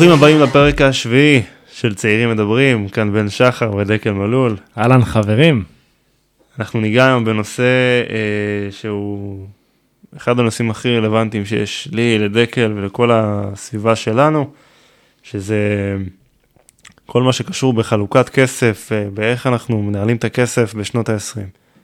ברוכים הבאים לפרק השביעי של צעירים מדברים, כאן בן שחר ודקל מלול. אהלן חברים. אנחנו ניגע היום בנושא שהוא אחד הנושאים הכי רלוונטיים שיש לי, לדקל ולכל הסביבה שלנו, שזה כל מה שקשור בחלוקת כסף, באיך אנחנו מנהלים את הכסף בשנות ה-20.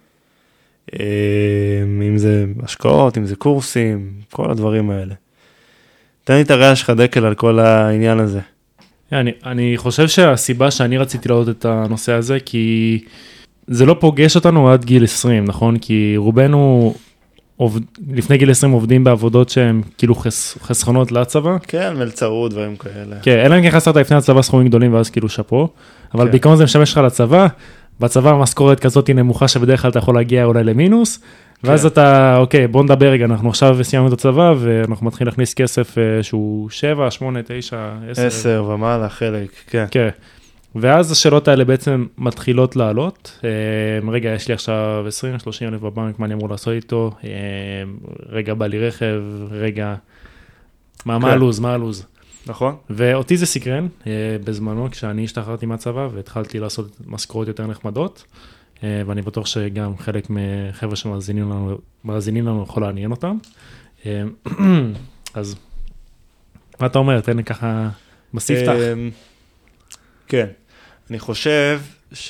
אם זה השקעות, אם זה קורסים, כל הדברים האלה. תן לי את הרעש שלך דקל על כל העניין הזה. אני חושב שהסיבה שאני רציתי להעלות את הנושא הזה, כי זה לא פוגש אותנו עד גיל 20, נכון? כי רובנו לפני גיל 20 עובדים בעבודות שהן כאילו חסכונות לצבא. כן, מלצרות, דברים כאלה. כן, אלא אם כן חסרת לפני הצבא סכומים גדולים ואז כאילו שפו, אבל בעיקרון זה משמש לך לצבא, בצבא המשכורת כזאת היא נמוכה שבדרך כלל אתה יכול להגיע אולי למינוס, ואז אתה, אוקיי, בוא נדבר רגע, אנחנו עכשיו סיימנו את הצבא, ואנחנו מתחילים להכניס כסף שהוא 7, 8, 9, 10. 10 ומעלה, חלק, כן. כן. ואז השאלות האלה בעצם מתחילות לעלות. רגע, יש לי עכשיו 20-30 אלף בבנק, מה אני אמור לעשות איתו? רגע, בא לי רכב, רגע, מה הלוז, מה הלוז? נכון. ואותי זה סקרן, בזמנו, כשאני השתחררתי מהצבא, והתחלתי לעשות משכורות יותר נחמדות, ואני בטוח שגם חלק מחבר'ה שמאזינים לנו יכול לעניין אותם. אז מה אתה אומר? תן לי ככה בספתח. כן, אני חושב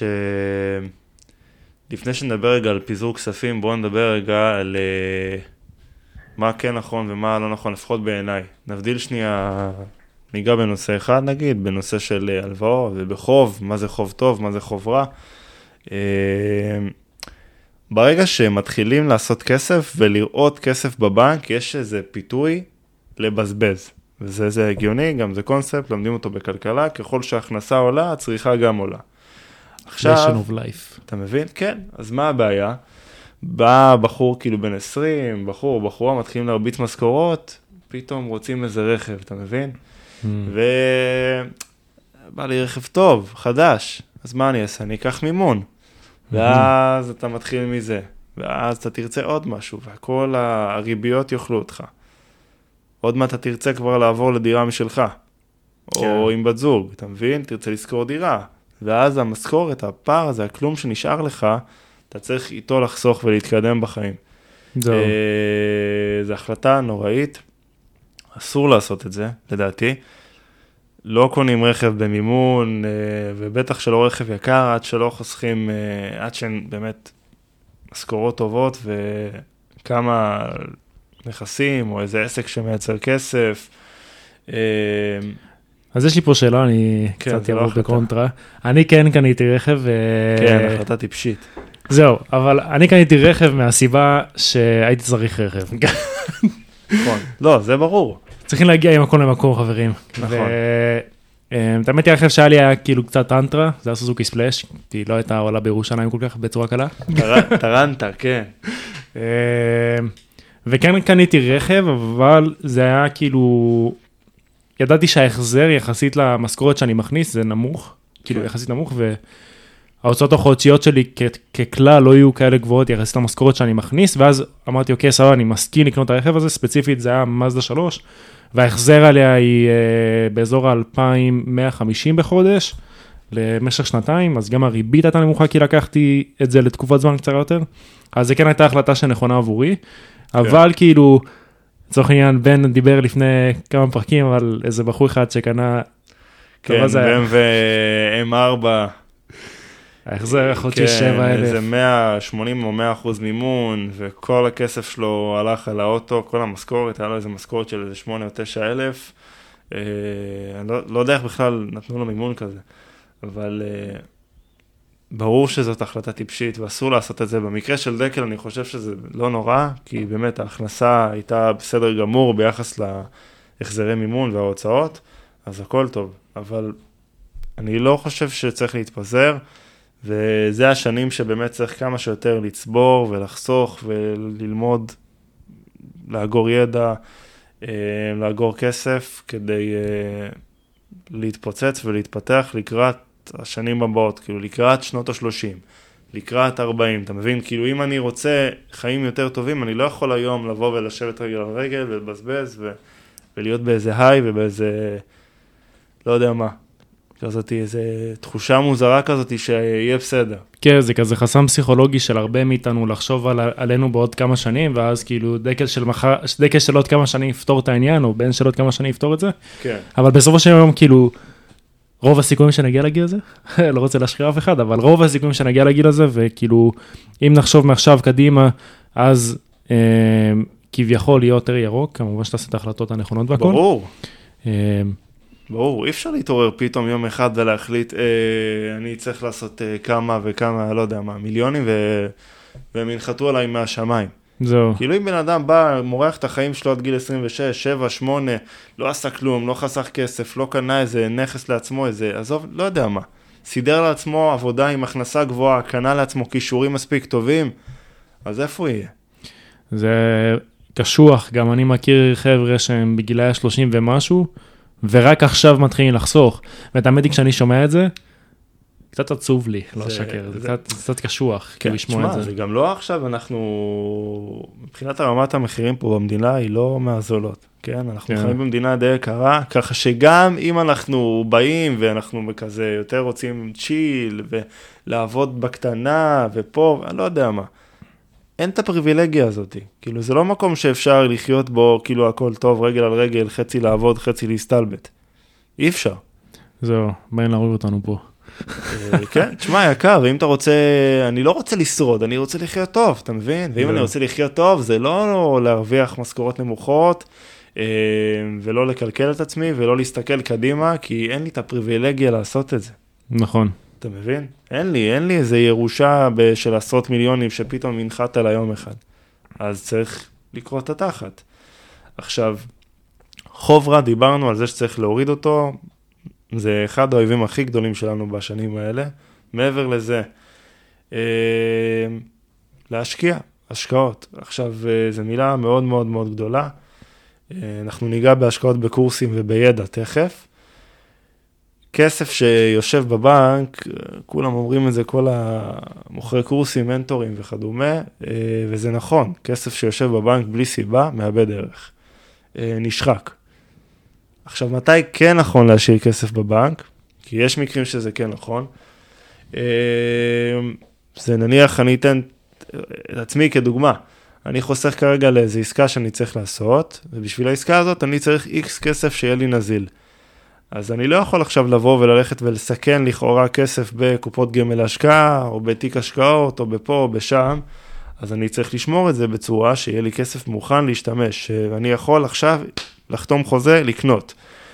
שלפני שנדבר רגע על פיזור כספים, בואו נדבר רגע על מה כן נכון ומה לא נכון, לפחות בעיניי. נבדיל שנייה, ניגע בנושא אחד נגיד, בנושא של הלוואות ובחוב, מה זה חוב טוב, מה זה חוב רע. ברגע שמתחילים לעשות כסף ולראות כסף בבנק, יש איזה פיתוי לבזבז. וזה הגיוני, גם זה קונספט, לומדים אותו בכלכלה, ככל שההכנסה עולה, הצריכה גם עולה. עכשיו, אתה מבין? כן, אז מה הבעיה? בא בחור כאילו בן 20, בחורה מתחילים להרביץ משכורות, פתאום רוצים איזה רכב, אתה מבין? ובא לי רכב טוב, חדש, אז מה אני אעשה? אני אקח מימון. ואז אתה מתחיל מזה, ואז אתה תרצה עוד משהו, וכל הריביות יאכלו אותך. עוד מה אתה תרצה כבר לעבור לדירה משלך, או עם בת זוג, אתה מבין? תרצה לשכור דירה, ואז המשכורת, הפער הזה, הכלום שנשאר לך, אתה צריך איתו לחסוך ולהתקדם בחיים. זו החלטה נוראית, אסור לעשות את זה, לדעתי. לא קונים רכב במימון, ובטח שלא רכב יקר, עד שלא חוסכים, עד שהן באמת משכורות טובות, וכמה נכסים, או איזה עסק שמייצר כסף. אז יש לי פה שאלה, אני קצת ירוק בקונטרה. אני כן קניתי רכב. כן, החלטה טיפשית. זהו, אבל אני קניתי רכב מהסיבה שהייתי צריך רכב. נכון, לא, זה ברור. צריכים להגיע עם הכל למקום, חברים. נכון. האמת היא, הרכב שהיה לי היה כאילו קצת אנטרה, זה היה סוזוקי ספלאש, כי לא הייתה עולה בירושלים כל כך בצורה קלה. טרנטה, כן. וכן קניתי רכב, אבל זה היה כאילו, ידעתי שההחזר יחסית למשכורת שאני מכניס, זה נמוך, כאילו יחסית נמוך, וההוצאות החודשיות שלי ככלל לא יהיו כאלה גבוהות יחסית למשכורת שאני מכניס, ואז אמרתי, אוקיי, סבבה, אני מסכים לקנות את הרכב הזה, ספציפית זה היה מזדה 3, וההחזר עליה היא באזור 2,150 בחודש, למשך שנתיים, אז גם הריבית הייתה נמוכה, כי לקחתי את זה לתקופת זמן קצרה יותר, אז זה כן הייתה החלטה שנכונה עבורי, אבל כאילו, לצורך העניין, בן דיבר לפני כמה פרקים, אבל איזה בחור אחד שקנה, כן, BMW M4, ההחזר החודשי 7,000. איזה 180 או 100% מימון, וכל הכסף שלו הלך על האוטו, כל המשכורת, היה לו איזה משכורת של איזה 8 או 9,000, אני לא יודע איך בכלל נתנו לו מימון כזה, אבל ברור שזאת החלטה טיפשית, ואסור לעשות את זה. במקרה של דקל אני חושב שזה לא נורא, כי באמת ההכנסה הייתה בסדר גמור ביחס להחזרי מימון וההוצאות, אז הכל טוב, אבל אני לא חושב שצריך להתפזר, וזה השנים שבאמת צריך כמה שיותר לצבור ולחסוך וללמוד, לאגור ידע, לאגור כסף, כדי להתפוצץ ולהתפתח לקראת השנים הבאות, כאילו לקראת שנות ה-30, לקראת 40, אתה מבין? כאילו אם אני רוצה חיים יותר טובים, אני לא יכול היום לבוא ולשבת רגל על רגל ולבזבז ולהיות באיזה היי ובאיזה לא יודע מה. כזאת איזו תחושה מוזרה כזאת שיהיה בסדר. כן, זה כזה חסם פסיכולוגי של הרבה מאיתנו לחשוב עלינו בעוד כמה שנים, ואז כאילו דקל של עוד כמה שנים יפתור את העניין, או בן של עוד כמה שנים יפתור את זה. כן. אבל בסופו של יום, כאילו, רוב הסיכויים שנגיע לגיל הזה, לא רוצה להשחיר אף אחד, אבל רוב הסיכויים שנגיע לגיל הזה, וכאילו, אם נחשוב מעכשיו קדימה, אז כביכול יהיה יותר ירוק, כמובן שתעשה את ההחלטות הנכונות והכל. ברור. ברור, אי אפשר להתעורר פתאום יום אחד ולהחליט, אני צריך לעשות כמה וכמה, לא יודע מה, מיליונים, והם ינחתו עליי מהשמיים. זהו. כאילו אם בן אדם בא, מורח את החיים שלו עד גיל 26, 7, 8, לא עשה כלום, לא חסך כסף, לא קנה איזה נכס לעצמו, איזה, עזוב, לא יודע מה. סידר לעצמו עבודה עם הכנסה גבוהה, קנה לעצמו כישורים מספיק טובים, אז איפה הוא יהיה? זה קשוח, גם אני מכיר חבר'ה שהם בגילי 30 ומשהו, ורק עכשיו מתחילים לחסוך. ותאמת לי כשאני שומע את זה, קצת עצוב לי, לא שקר, זה קצת קשוח, כאילו לשמוע את זה. זה גם לא עכשיו, אנחנו, מבחינת הרמת המחירים פה במדינה, היא לא מהזולות, כן? אנחנו חיים במדינה די יקרה, ככה שגם אם אנחנו באים, ואנחנו כזה יותר רוצים צ'יל, ולעבוד בקטנה, ופה, אני לא יודע מה. אין את הפריבילגיה הזאת, כאילו זה לא מקום שאפשר לחיות בו, כאילו הכל טוב, רגל על רגל, חצי לעבוד, חצי להסתלבט. אי אפשר. זהו, באים להרוג אותנו פה. כן, תשמע יקר, ואם אתה רוצה, אני לא רוצה לשרוד, אני רוצה לחיות טוב, אתה מבין? ואם אני רוצה לחיות טוב, זה לא להרוויח משכורות נמוכות, ולא לקלקל את עצמי, ולא להסתכל קדימה, כי אין לי את הפריבילגיה לעשות את זה. נכון. אתה מבין? אין לי איזה ירושה של עשרות מיליונים שפתאום ינחת על היום אחד. אז צריך לקרוא את התחת. עכשיו, חוב רע, דיברנו על זה שצריך להוריד אותו, זה אחד האויבים הכי גדולים שלנו בשנים האלה. מעבר לזה, להשקיע, השקעות. עכשיו, זו מילה מאוד מאוד מאוד גדולה. אנחנו ניגע בהשקעות בקורסים ובידע תכף. כסף שיושב בבנק, כולם אומרים את זה, כל המוכרי קורסים, מנטורים וכדומה, וזה נכון, כסף שיושב בבנק בלי סיבה, מאבד ערך, נשחק. עכשיו, מתי כן נכון להשאיר כסף בבנק? כי יש מקרים שזה כן נכון. זה נניח, אני אתן את עצמי כדוגמה, אני חוסך כרגע לאיזו עסקה שאני צריך לעשות, ובשביל העסקה הזאת אני צריך X כסף שיהיה לי נזיל. אז אני לא יכול עכשיו לבוא וללכת ולסכן לכאורה כסף בקופות גמל להשקעה, או בתיק השקעות, או בפה או בשם, אז אני צריך לשמור את זה בצורה שיהיה לי כסף מוכן להשתמש, ואני יכול עכשיו לחתום חוזה, לקנות.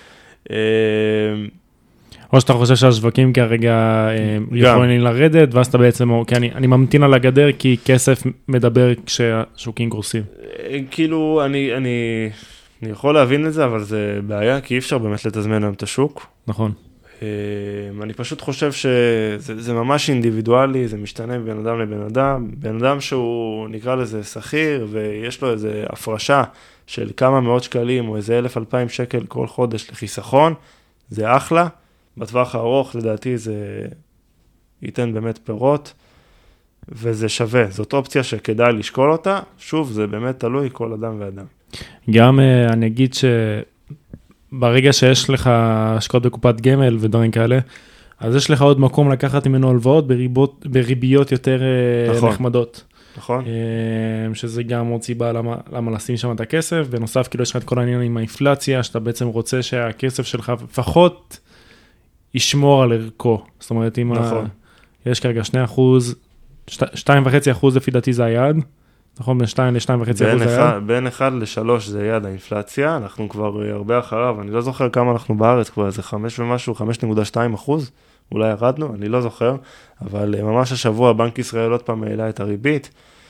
או שאתה חושב שהשווקים כרגע יכולים לרדת, ואז אתה בעצם, אני ממתין על הגדר, כי כסף מדבר כשהשוקים קורסים. כאילו, אני יכול להבין את זה, אבל זה בעיה, כי אי אפשר באמת לתזמן היום את השוק. נכון. אני פשוט חושב שזה ממש אינדיבידואלי, זה משתנה בין אדם לבין אדם. בן אדם שהוא נקרא לזה שכיר, ויש לו איזו הפרשה של כמה מאות שקלים, או איזה 1,000-2,000 שקל כל חודש לחיסכון, זה אחלה. בטווח הארוך, לדעתי, זה ייתן באמת פירות, וזה שווה. זאת אופציה שכדאי לשקול אותה. שוב, זה באמת תלוי כל אדם ואדם. גם אני אגיד שברגע שיש לך השקעות בקופת גמל ודברים כאלה, אז יש לך עוד מקום לקחת ממנו הלוואות בריביות יותר נחמדות. נכון. שזה גם עוד סיבה למה לשים שם את הכסף. בנוסף, כאילו יש לך את כל העניין עם האינפלציה, שאתה בעצם רוצה שהכסף שלך לפחות ישמור על ערכו. זאת אומרת, אם יש כרגע 2%, 2.5% לפי דעתי זה היעד, נכון? בין 2 ל-2.5% זה היעד? בין 1 ל-3 זה יעד האינפלציה, אנחנו כבר הרבה אחריו, אני לא זוכר כמה אנחנו בארץ, כבר איזה 5 ומשהו, 5.2%, אולי ירדנו, אני לא זוכר, אבל ממש השבוע בנק ישראל עוד פעם העלה את הריבית,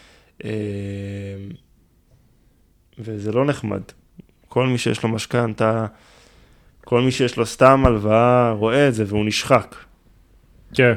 וזה לא נחמד. כל מי שיש לו משכנתא, כל מי שיש לו סתם הלוואה רואה את זה והוא נשחק. כן.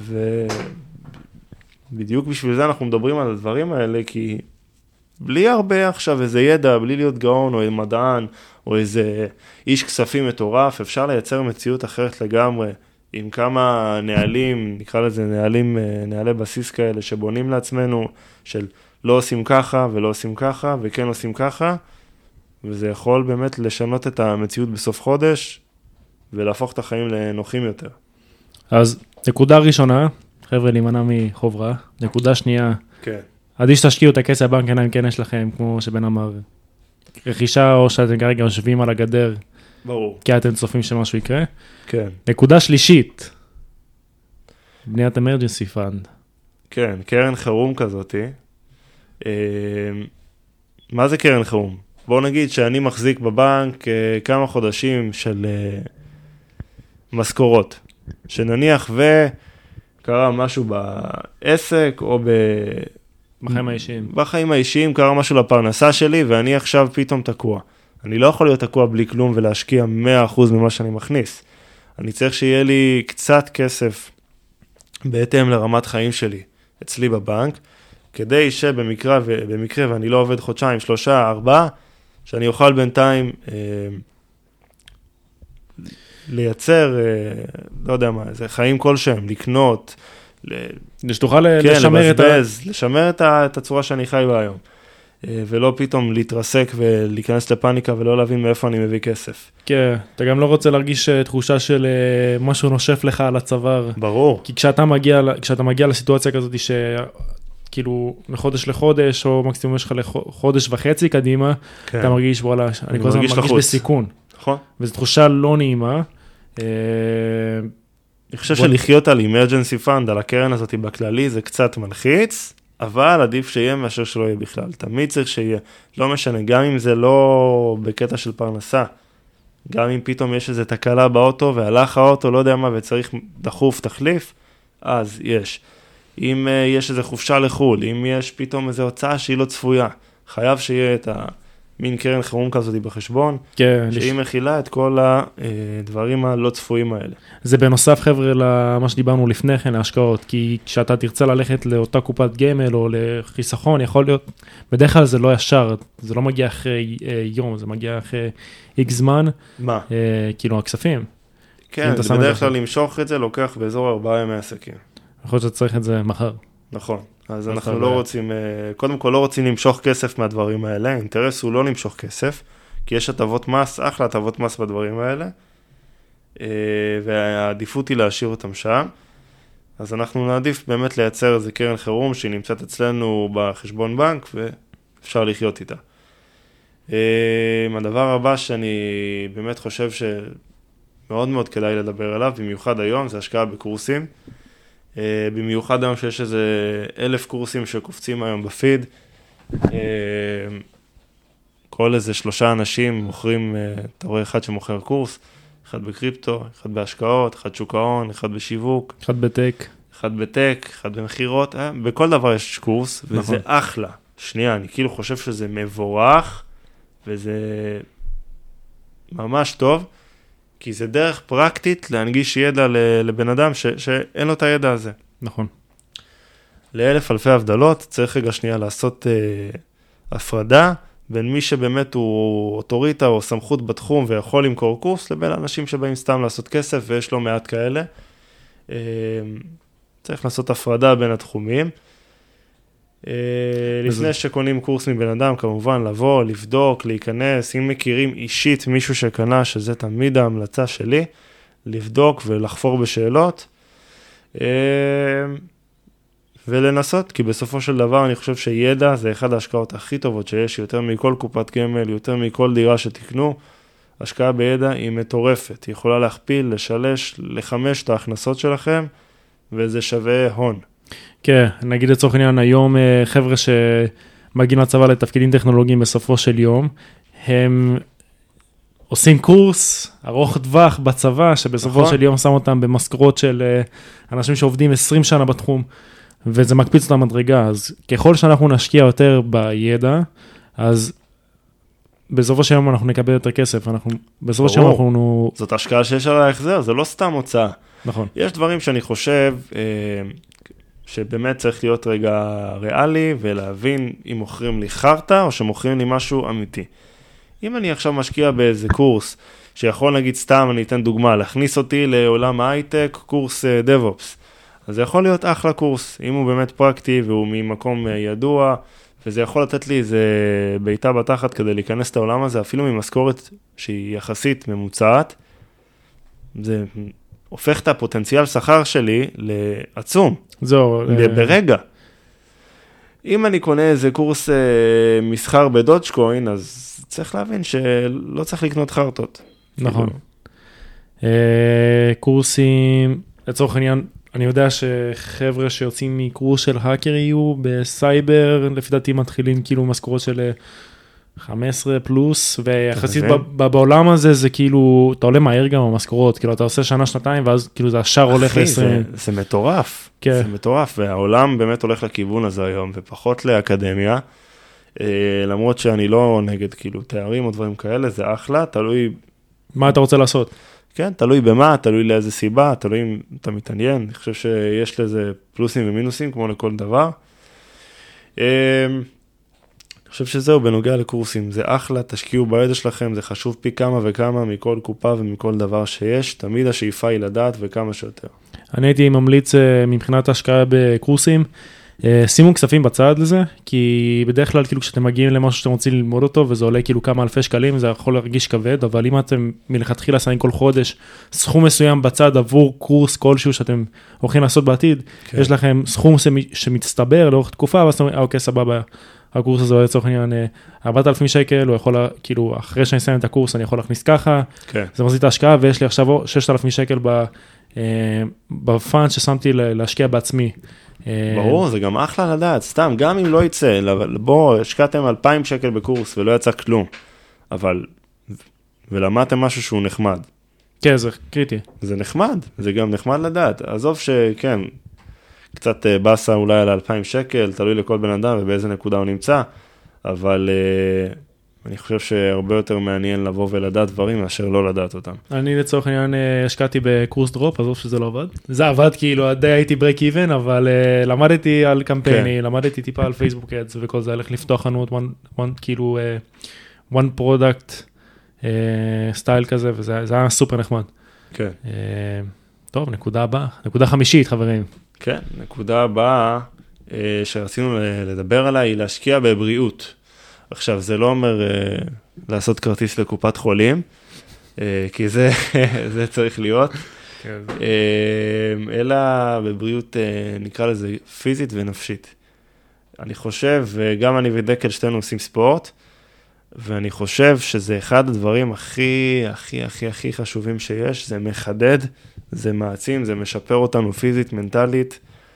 ובדיוק בשביל זה אנחנו מדברים על הדברים האלה, כי בלי הרבה עכשיו איזה ידע, בלי להיות גאון או איזה מדען, או איזה איש כספים מטורף, אפשר לייצר מציאות אחרת לגמרי, עם כמה נהלים, נקרא לזה נהלי בסיס כאלה, שבונים לעצמנו, של לא עושים ככה ולא עושים ככה, וכן עושים ככה, וזה יכול באמת לשנות את המציאות בסוף חודש, ולהפוך את החיים לנוחים יותר. אז נקודה ראשונה, חבר'ה, להימנע מחוב רע. נקודה שנייה, כן. עדיף שתשקיעו את הכסף בבנק, אם כן יש לכם, כמו שבן אמר, רכישה, או שאתם כרגע יושבים על הגדר, ברור. כי אתם צופים שמשהו יקרה. כן. נקודה שלישית, בניית אמרג'נסי פאנד. כן, קרן חירום כזאת. מה זה קרן חירום? בואו נגיד שאני מחזיק בבנק כמה חודשים של משכורות, שנניח וקרה משהו בעסק או בחיים האישיים. בחיים האישיים קרה משהו לפרנסה שלי, ואני עכשיו פתאום תקוע. אני לא יכול להיות תקוע בלי כלום ולהשקיע 100% ממה שאני מכניס. אני צריך שיהיה לי קצת כסף בהתאם לרמת חיים שלי אצלי בבנק, כדי שבמקרה ואני לא עובד חודשיים, 3, 4, שאני אוכל בינתיים לייצר, לא יודע מה, זה חיים כלשהם, לקנות, שתוכל לשמר את הצורה שאני חי בה היום, ולא פתאום להתרסק ולהיכנס לפאניקה ולא להבין מאיפה אני מביא כסף. כן, אתה גם לא רוצה להרגיש תחושה של משהו נושף לך על הצוואר. ברור. כי כשאתה מגיע לסיטואציה כזאת כאילו מחודש לחודש, או מקסימום יש לך לחודש וחצי קדימה, כן. אתה מרגיש, וואלה, אני כל הזמן מרגיש בסיכון. נכון. וזו תחושה לא נעימה. אני חושב שלחיות על emergency fund, על הקרן הזאת בכללי, זה קצת מלחיץ, אבל עדיף שיהיה מאשר שלא יהיה בכלל. תמיד צריך שיהיה, לא משנה, גם אם זה לא בקטע של פרנסה, גם אם פתאום יש איזו תקלה באוטו, והלך האוטו, לא יודע מה, וצריך דחוף תחליף, אז יש. אם יש איזו חופשה לחול, אם יש פתאום איזו הוצאה שהיא לא צפויה, חייב שיהיה את המין קרן חירום כזאת בחשבון, כן, שהיא מכילה את כל הדברים הלא צפויים האלה. זה בנוסף, חבר'ה, למה שדיברנו לפני כן, להשקעות, כי כשאתה תרצה ללכת לאותה קופת גמל או לחיסכון, יכול להיות, בדרך כלל זה לא ישר, זה לא מגיע אחרי יום, זה מגיע אחרי איקס זמן. מה? כאילו הכספים. כן, זה בדרך כלל למשוך את זה, לוקח באזור 4 ימי עסקים. יכול להיות שצריך את זה מחר. נכון, אז אנחנו לא רוצים, קודם כל לא רוצים למשוך כסף מהדברים האלה, האינטרס הוא לא למשוך כסף, כי יש הטבות מס, אחלה הטבות מס בדברים האלה, והעדיפות היא להשאיר אותם שם, אז אנחנו נעדיף באמת לייצר איזה קרן חירום שהיא נמצאת אצלנו בחשבון בנק, ואפשר לחיות איתה. הדבר הבא שאני באמת חושב שמאוד מאוד כדאי לדבר עליו, במיוחד היום, זה השקעה בקורסים, במיוחד היום שיש איזה 1,000 קורסים שקופצים היום בפיד, כל איזה 3 אנשים מוכרים, אתה רואה אחד שמוכר קורס, אחד בקריפטו, אחד בהשקעות, אחד שוק ההון, אחד בשיווק, אחד בטק, אחד במחירות, בכל דבר יש קורס, וזה נכון. אחלה. שנייה, אני כאילו חושב שזה מבורך, וזה ממש טוב, כי זה דרך פרקטית להנגיש ידע לבן אדם שאין לו את הידע הזה. נכון. לאלף אלפי הבדלות צריך רגע שנייה לעשות הפרדה בין מי שבאמת הוא אוטוריטה או סמכות בתחום ויכול למכור קורס, לבין אנשים שבאים סתם לעשות כסף ויש לו מעט כאלה. צריך לעשות הפרדה בין התחומים. לפני שקונים קורס מבן אדם, כמובן לבוא, לבדוק, להיכנס, אם מכירים אישית מישהו שקנה, שזה תמיד ההמלצה שלי, לבדוק ולחפור בשאלות, ולנסות, כי בסופו של דבר אני חושב שידע זה אחד ההשקעות הכי טובות שיש, יותר מכל קופת גמל, יותר מכל דירה שתקנו, השקעה בידע היא מטורפת, היא יכולה להכפיל, לשלש, לחמש את ההכנסות שלכם, וזה שווה הון. כן, נגיד לצורך העניין, היום חבר'ה שמגיעים לצבא לתפקידים טכנולוגיים בסופו של יום, הם עושים קורס ארוך טווח בצבא, שבסופו של יום שם אותם במשכורות של אנשים שעובדים 20 שנה בתחום, וזה מקפיץ אותם מדרגה. אז ככל שאנחנו נשקיע יותר בידע, אז בסופו של יום אנחנו נקבל יותר כסף, בסופו של יום אנחנו... זאת השקעה שיש על ההחזר, זה לא סתם הוצאה. נכון. יש דברים שאני חושב שבאמת צריך להיות רגע ריאלי, ולהבין אם מוכרים לי חרטה, או שמוכרים לי משהו אמיתי. אם אני עכשיו משקיע באיזה קורס, שיכול נגיד סתם, אני אתן דוגמה, להכניס אותי לעולם ההייטק, קורס DevOps, אז זה יכול להיות אחלה קורס, אם הוא באמת פרקטי, והוא ממקום ידוע, וזה יכול לתת לי איזה ביתה בתחת, כדי להיכנס את העולם הזה, אפילו ממשכורת שהיא יחסית ממוצעת, זה הופך את הפוטנציאל שכר שלי לעצום. זהו. ברגע. אם אני קונה איזה קורס מסחר בדודג'קוין, אז צריך להבין שלא צריך לקנות חרטות. נכון. קורסים, לצורך העניין, אני יודע שחבר'ה שיוצאים מקורס של האקר יהיו בסייבר, לפי דעתי מתחילים כאילו משכורות של 15 פלוס, ויחסית בעולם הזה זה כאילו, אתה עולה מהר גם במשכורות, כאילו אתה עושה שנה, שנתיים, ואז כאילו זה השאר הולך ל-20. זה מטורף, זה מטורף, והעולם באמת הולך לכיוון הזה היום, ופחות לאקדמיה, למרות שאני לא נגד כאילו תארים או דברים כאלה, זה אחלה, תלוי... מה אתה רוצה לעשות? כן, תלוי במה, תלוי לאיזה סיבה, תלוי אם אתה מתעניין, אני חושב שיש לזה פלוסים ומינוסים, כמו לכל דבר. אני חושב שזהו, בנוגע לקורסים, זה אחלה, תשקיעו בידע שלכם, זה חשוב פי כמה וכמה מכל קופה ומכל דבר שיש, תמיד השאיפה היא לדעת וכמה שיותר. אני הייתי ממליץ מבחינת ההשקעה בקורסים, שימו כספים בצד לזה, כי בדרך כלל כאילו כשאתם מגיעים למשהו שאתם רוצים ללמוד אותו, וזה עולה כאילו כמה אלפי שקלים, זה יכול להרגיש כבד, אבל אם אתם מלכתחילה שמים כל חודש סכום מסוים בצד עבור קורס כלשהו שאתם הולכים לעשות בעתיד, כן. יש לכם סכום שמצטבר לאורך תקופה, ואז אתם אומרים, אוקיי, סבבה, הקורס הזה לצורך העניין 4,000 שקל, הוא יכול, כאילו, אחרי שאני אסיים את הקורס, אני יכול להכניס ככה, כן. זה מחזיק את ההשקעה, ויש לי עכשיו 6,000 שקל בפאנד ששמתי להשקיע בעצמי. ברור, זה גם אחלה לדעת, סתם, גם אם לא יצא, בוא, השקעתם 2,000 שקל בקורס ולא יצא כלום, אבל, ולמדתם משהו שהוא נחמד. כן, זה קריטי. זה נחמד, זה גם נחמד לדעת. עזוב שכן, קצת בסה אולי על 2,000 שקל, תלוי לכל בן אדם ובאיזה נקודה הוא נמצא, אבל אני חושב שהרבה יותר מעניין לבוא ולדעת דברים מאשר לא לדעת אותם. אני לצורך העניין השקעתי בקורס דרופ, עזוב שזה לא עבד. זה עבד כאילו, די הייתי ברייק איבן, אבל למדתי על קמפייני, למדתי טיפה על פייסבוק אדס וכל זה, הלך לפתוח חנות, כאילו, one product סטייל כזה, וזה היה סופר נחמד. כן. טוב, נקודה הבאה, נקודה חמישית, חברים. כן, נקודה הבאה שרצינו לדבר עליה היא להשקיע בבריאות. עכשיו, זה לא אומר לעשות כרטיס לקופת חולים, כי זה צריך להיות, אלא בבריאות, נקרא לזה פיזית ונפשית. אני חושב, וגם אני ודקל שתינו עושים ספורט, ואני חושב שזה אחד הדברים הכי חשובים שיש, זה מחדד, זה מעצים, זה משפר אותנו פיזית, מנטלית,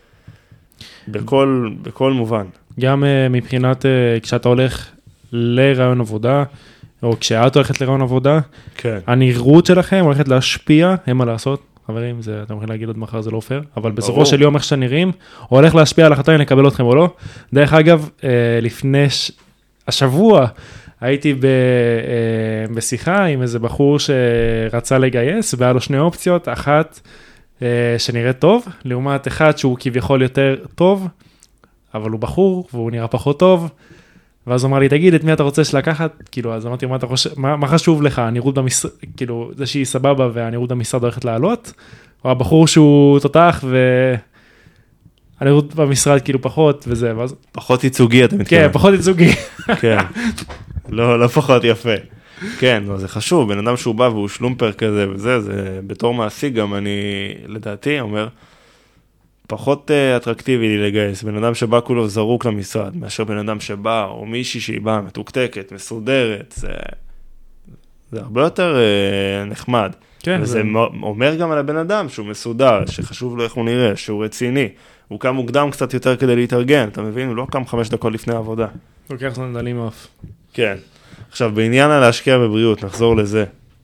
בכל מובן. גם מבחינת, כשאתה הולך לרעיון עבודה, או כשאת הולכת לרעיון עבודה, כן. הנראות שלכם הולכת להשפיע, אין מה לעשות, חברים, זה, אתם יכולים להגיד עוד מחר, זה לא פייר, אבל בסופו של יום איך שאתם נראים, הוא הולך להשפיע על החלטה אם לקבל אתכם או לא. דרך אגב, לפני השבוע, הייתי בשיחה עם איזה בחור שרצה לגייס, והיה לו שני אופציות, אחת שנראית טוב, לעומת אחד שהוא כביכול יותר טוב, אבל הוא בחור, והוא נראה פחות טוב, ואז הוא אמר לי, תגיד, את מי אתה רוצה שלקחת? כאילו, אז אמרתי, מה חשוב לך? הנראות במשרד, כאילו, זה שהיא סבבה, והנראות במשרד הולכת לעלות, או הבחור שהוא תותח, והנראות במשרד כאילו פחות, וזה, ואז... פחות ייצוגי, אתה מתכוון. כן, פחות ייצוגי. כן, לא פחות יפה. כן, זה חשוב, בן אדם שהוא בא והוא שלומפר כזה, וזה, זה בתור מעסיק גם אני, לדעתי, אומר, פחות אטרקטיבי לי לגייס, בן אדם שבא כולו זרוק למשרד, מאשר בן אדם שבא, או מישהי שהיא באה, מתוקתקת, מסודרת, זה הרבה יותר נחמד. כן, וזה אומר גם על הבן אדם שהוא מסודר, שחשוב לו איך הוא נראה, שהוא רציני, הוא קם מוקדם קצת יותר כדי להתארגן, אתה מבין? הוא לא קם 5 דקות לפני העבודה. לוקח סנדלים אוף. כן. עכשיו, בעניין על להשקיע בבריאות, נחזור לזה.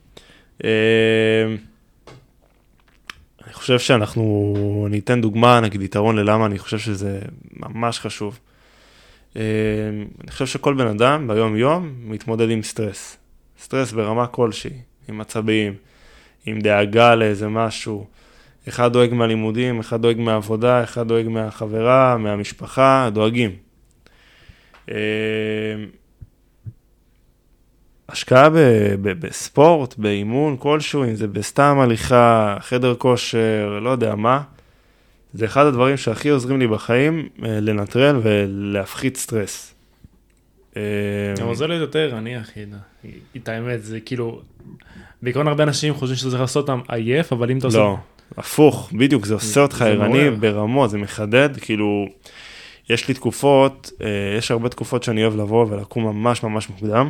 אני חושב שאנחנו ניתן דוגמה, נגיד יתרון ללמה אני חושב שזה ממש חשוב. אני חושב שכל בן אדם ביום יום מתמודד עם סטרס. סטרס ברמה כלשהי, עם עצבים, עם דאגה לאיזה משהו. אחד דואג מהלימודים, אחד דואג מהעבודה, אחד דואג מהחברה, מהמשפחה, דואגים. השקעה בספורט, באימון כלשהו, אם זה בסתם הליכה, חדר כושר, לא יודע מה, זה אחד הדברים שהכי עוזרים לי בחיים לנטרל ולהפחית סטרס. גם עוזר לי יותר, אני אחי, את האמת, זה כאילו, בעיקרון הרבה אנשים חושבים שזה צריך לעשות אותם עייף, אבל אם אתה עושה... לא, הפוך, בדיוק, זה עושה אותך ערני ברמות, זה מחדד, כאילו, יש לי תקופות, יש הרבה תקופות שאני אוהב לבוא ולקום ממש ממש מוקדם,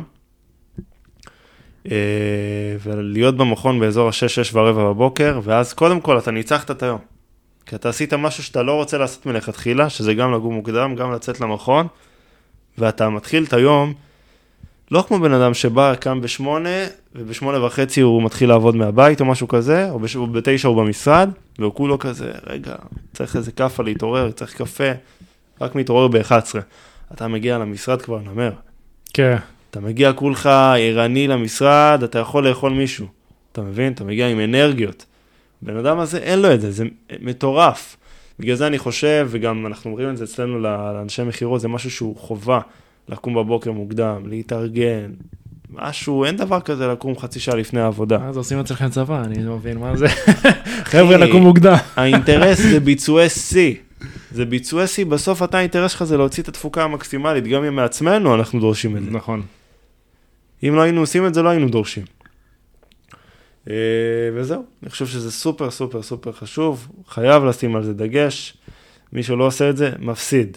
ולהיות במכון באזור ה-6-6:15 בבוקר, ואז קודם כל אתה ניצחת את היום. כי אתה עשית משהו שאתה לא רוצה לעשות מלכתחילה, שזה גם לגום מוקדם, גם לצאת למכון, ואתה מתחיל את היום, לא כמו בן אדם שבא, קם ב8, וב8:30 הוא מתחיל לעבוד מהבית או משהו כזה, או ב9 הוא במשרד, והוא כולו כזה, רגע, צריך איזה קפה להתעורר, צריך קפה, רק מתעורר ב11. אתה מגיע למשרד כבר נמר. כן. אתה מגיע כולך ערני למשרד, אתה יכול לאכול מישהו. אתה מבין? אתה מגיע עם אנרגיות. בן אדם הזה אין לו את זה, זה מטורף. בגלל זה אני חושב, וגם אנחנו אומרים את זה אצלנו לאנשי מחירות, זה משהו שהוא חובה, לקום בבוקר מוקדם, להתארגן, משהו, אין דבר כזה לקום חצי שעה לפני העבודה. אז עושים אצלכם צבא, אני לא מבין מה זה. חבר'ה, לקום מוקדם. האינטרס זה ביצועי C. זה ביצועי C, בסוף אתה האינטרס שלך זה להוציא את התפוקה המקסימלית, גם אם מעצמנו אנחנו דורשים את זה. נכון. אם לא היינו עושים את זה, לא היינו דורשים. וזהו, אני חושב שזה סופר סופר סופר חשוב, חייב לשים על זה דגש, מי שלא עושה את זה, מפסיד.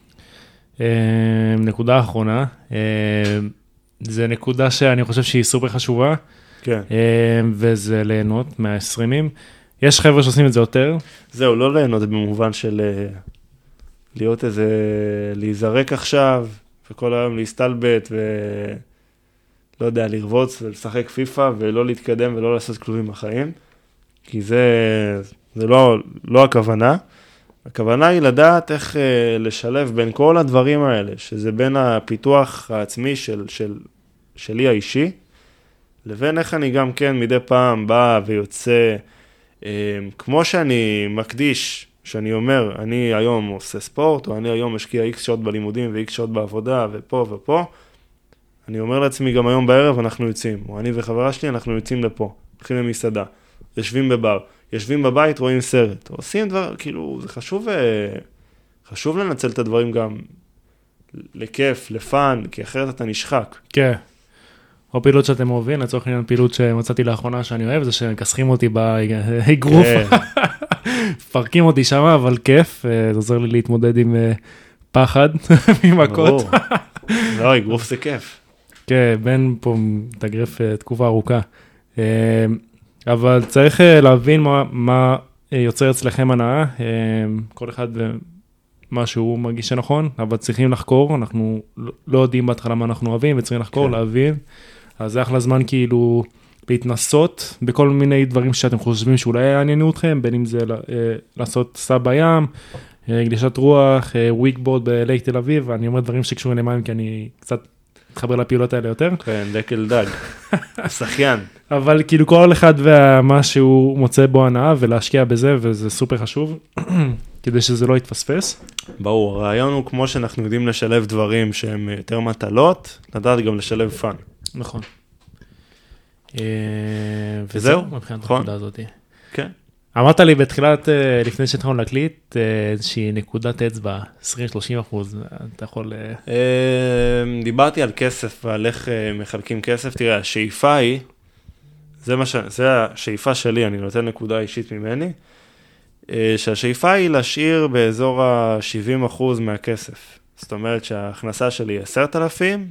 נקודה אחרונה, זה נקודה שאני חושב שהיא סופר חשובה, כן. וזה ליהנות מה-20. יש חבר'ה שעושים את זה יותר. זהו, לא ליהנות במובן של להיות איזה, להיזרק עכשיו, וכל היום להסתלבט לא יודע, לרבוץ ולשחק פיפה ולא להתקדם ולא לעשות כלום בחיים, כי זה לא הכוונה. הכוונה היא לדעת איך לשלב בין כל הדברים האלה, שזה בין הפיתוח העצמי שלי האישי, לבין איך אני גם כן מדי פעם בא ויוצא, כמו שאני מקדיש, שאני אומר, אני היום עושה ספורט, או אני היום משקיע X שעות בלימודים ו-X שעות בעבודה ופה ופה, אני אומר לעצמי, גם היום בערב אנחנו יוצאים, או אני וחברה שלי, אנחנו יוצאים לפה, הולכים למסעדה, יושבים בבר, יושבים בבית, רואים סרט, עושים דבר, כאילו, זה חשוב לנצל את הדברים גם לכיף, לפן, כי אחרת אתה נשחק. כן. או פעילות שאתם אוהבים, לצורך עניין פעילות שמצאתי לאחרונה שאני אוהב, זה שמכסחים אותי באגרוף, פרקים אותי שם, אבל כיף, זה עוזר לי להתמודד עם פחד, ממכות. לא, אגרוף זה כיף. כן, בן פה תגרף תקופה ארוכה. אבל צריך להבין מה יוצר אצלכם הנאה, כל אחד מה שהוא מרגיש שנכון, אבל צריכים לחקור, אנחנו לא יודעים בהתחלה מה אנחנו אוהבים, וצריכים לחקור, להבין. אז זה אחלה זמן כאילו להתנסות בכל מיני דברים שאתם חושבים שאולי יעניינו אתכם, בין אם זה לעשות סע בים, גלישת רוח, וויקבורד בלייק תל אביב, אני אומר דברים שקשורים למים, כי אני קצת מתחבר לפעולות האלה יותר. כן, דקל דג, שחיין. אבל כאילו כל אחד ומה שהוא מוצא בו הנאה, ולהשקיע בזה, וזה סופר חשוב, כדי שזה לא יתפספס. ברור, הרעיון הוא כמו שאנחנו יודעים לשלב דברים שהם יותר מטלות, לדעת גם לשלב פן. נכון. וזהו, מבחינת הנקודה הזאת. כן. אמרת לי בתחילת, לפני שהתחלנו להקליט, איזושהי נקודת אצבע, 20-30%, אתה יכול... דיברתי על כסף ועל איך מחלקים כסף. תראה, השאיפה היא, זה השאיפה שלי, אני נותן נקודה אישית ממני, שהשאיפה היא להשאיר באזור ה-70% מהכסף. זאת אומרת שההכנסה שלי היא 10,000,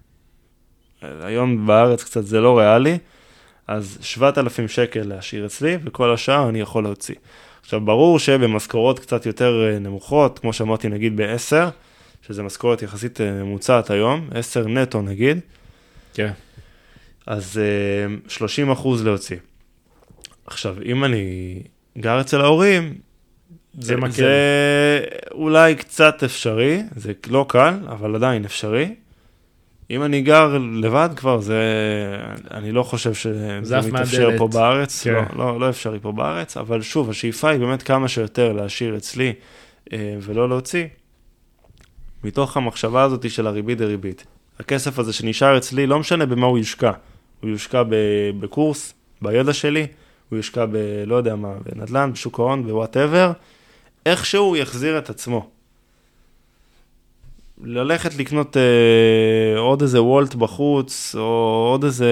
היום בארץ קצת זה לא ריאלי, אז 7,000 שקל להשאיר אצלי, וכל השאר אני יכול להוציא. עכשיו, ברור שבמשכורות קצת יותר נמוכות, כמו שאמרתי נגיד ב-10, שזה משכורת יחסית ממוצעת היום, 10 נטו נגיד, כן. אז 30% להוציא. עכשיו, אם אני גר אצל ההורים, זה אולי קצת אפשרי, זה לא קל, אבל עדיין אפשרי. אם אני גר לבד כבר, אני לא חושב שזה מתאפשר פה בארץ, לא אפשרי פה בארץ, אבל שוב, השאיפה היא באמת כמה שיותר להשאיר אצלי ולא להוציא, מתוך המחשבה הזאת של הריבית דריבית. הכסף הזה שנשאר אצלי, לא משנה במה הוא יושקע. הוא יושקע בקורס, בידע שלי, הוא יושקע לא יודע מה, בנדל"ן, בשוק ההון, בוואטאבר, איכשהו הוא יחזיר את עצמו. ללכת לקנות עוד איזה וולט בחוץ, או עוד איזה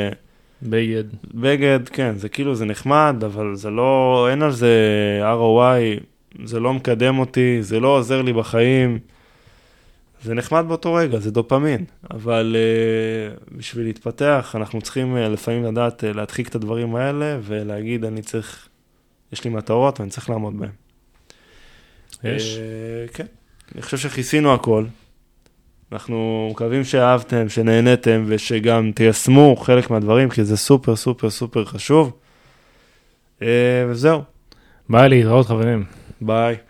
בגד, כן, זה כאילו, זה נחמד, אבל זה לא, אין על זה ROI, זה לא מקדם אותי, זה לא עוזר לי בחיים, זה נחמד באותו רגע, זה דופמין, אבל בשביל להתפתח, אנחנו צריכים לפעמים לדעת להדחיק את הדברים האלה, ולהגיד, יש לי מטרות, ואני צריך לעמוד בהן. יש? כן, אני חושב שכיסינו הכל, אנחנו מקווים שאהבתם, שנהנתם, ושגם תיישמו חלק מהדברים, כי זה סופר סופר סופר חשוב, וזהו. ביי, להתראות חברים. ביי.